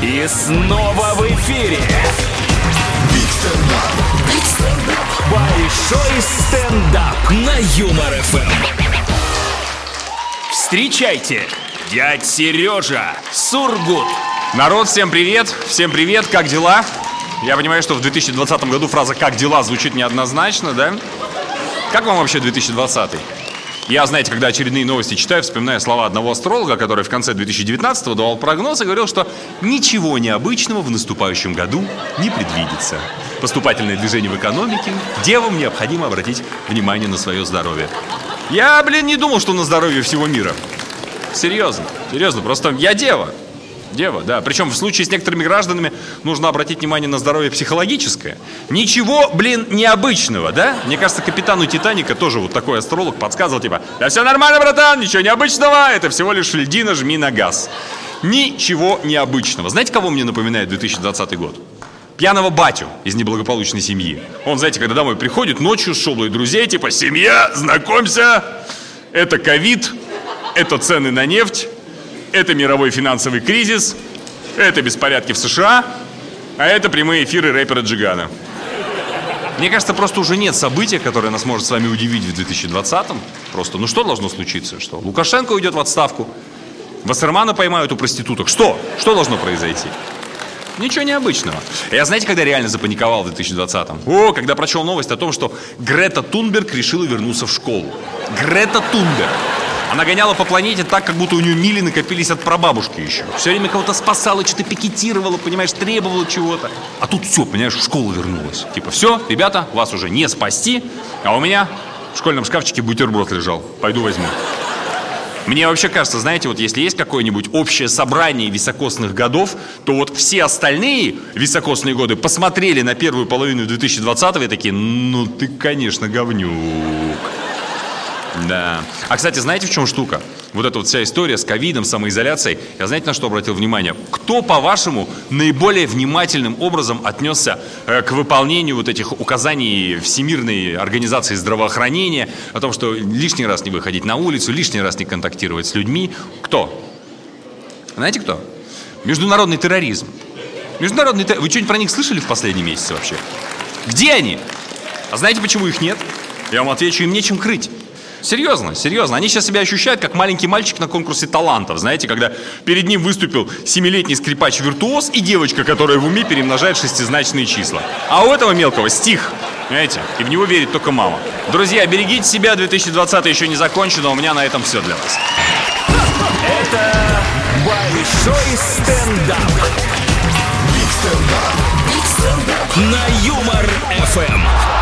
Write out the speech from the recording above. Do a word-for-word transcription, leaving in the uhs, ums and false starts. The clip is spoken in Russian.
И снова в эфире большой стендап на Юмор эф эм. Встречайте, дядь Сережа Сургут. Народ, всем привет, всем привет, как дела? Я понимаю, что в две тысячи двадцатом году фраза «как дела» звучит неоднозначно, да? Как вам вообще две тысячи двадцатый? Я, знаете, когда очередные новости читаю, вспоминаю слова одного астролога, который в конце две тысячи девятнадцатого давал прогноз и говорил, что ничего необычного в наступающем году не предвидится. Поступательное движение в экономике, девам необходимо обратить внимание на свое здоровье. Я, блин, не думал, что на здоровье всего мира. Серьезно, серьезно, просто я дева. Дева, да. Причем в случае с некоторыми гражданами нужно обратить внимание на здоровье психологическое. Ничего, блин, необычного, да? Мне кажется, капитану Титаника тоже вот такой астролог подсказывал, типа: да все нормально, братан, ничего необычного, это всего лишь льдина, жми на газ. Ничего необычного. Знаете, кого мне напоминает две тысячи двадцатый год? Пьяного батю из неблагополучной семьи. Он, знаете, когда домой приходит ночью с шоблой друзей, типа: семья, знакомься, это ковид, это цены на нефть, это мировой финансовый кризис, это беспорядки в США, а это прямые эфиры рэпера Джигана. Мне кажется, просто уже нет события, которое нас может с вами удивить в две тысячи двадцатом. Просто, ну что должно случиться? Что? Лукашенко уйдет в отставку, Вассермана поймают у проституток. Что? Что должно произойти? Ничего необычного. Я, знаете, когда реально запаниковал в две тысячи двадцатом? О, когда прочел новость о том, что Грета Тунберг решила вернуться в школу. Грета Тунберг. Она гоняла по планете так, как будто у нее мили накопились от прабабушки еще. Все время кого-то спасала, что-то пикетировала, понимаешь, требовала чего-то. А тут все, понимаешь, в школу вернулась. Типа: все, ребята, вас уже не спасти, а у меня в школьном шкафчике бутерброд лежал. Пойду возьму. Мне вообще кажется, знаете, вот если есть какое-нибудь общее собрание високосных годов, то вот все остальные високосные годы посмотрели на первую половину две тысячи двадцатого и такие: ну ты, конечно, говнюк. Да. А, кстати, знаете, в чем штука? Вот эта вот вся история с ковидом, самоизоляцией. Я, знаете, на что обратил внимание? Кто, по-вашему, наиболее внимательным образом отнесся э, к выполнению вот этих указаний Всемирной организации здравоохранения о том, что лишний раз не выходить на улицу, лишний раз не контактировать с людьми? Кто? Знаете, кто? Международный терроризм. Международный терроризм. Вы что-нибудь про них слышали в последние месяцы вообще? Где они? А знаете, почему их нет? Я вам отвечу: им нечем крыть. Серьезно, серьезно. Они сейчас себя ощущают как маленький мальчик на конкурсе талантов. Знаете, когда перед ним выступил семилетний скрипач-виртуоз и девочка, которая в уме перемножает шестизначные числа. А у этого мелкого стих, понимаете, и в него верит только мама. Друзья, берегите себя, две тысячи двадцатый еще не закончен, а у меня на этом все для вас. Это большой стендап. Биг стендап. Биг стендап. На Юмор эф эм.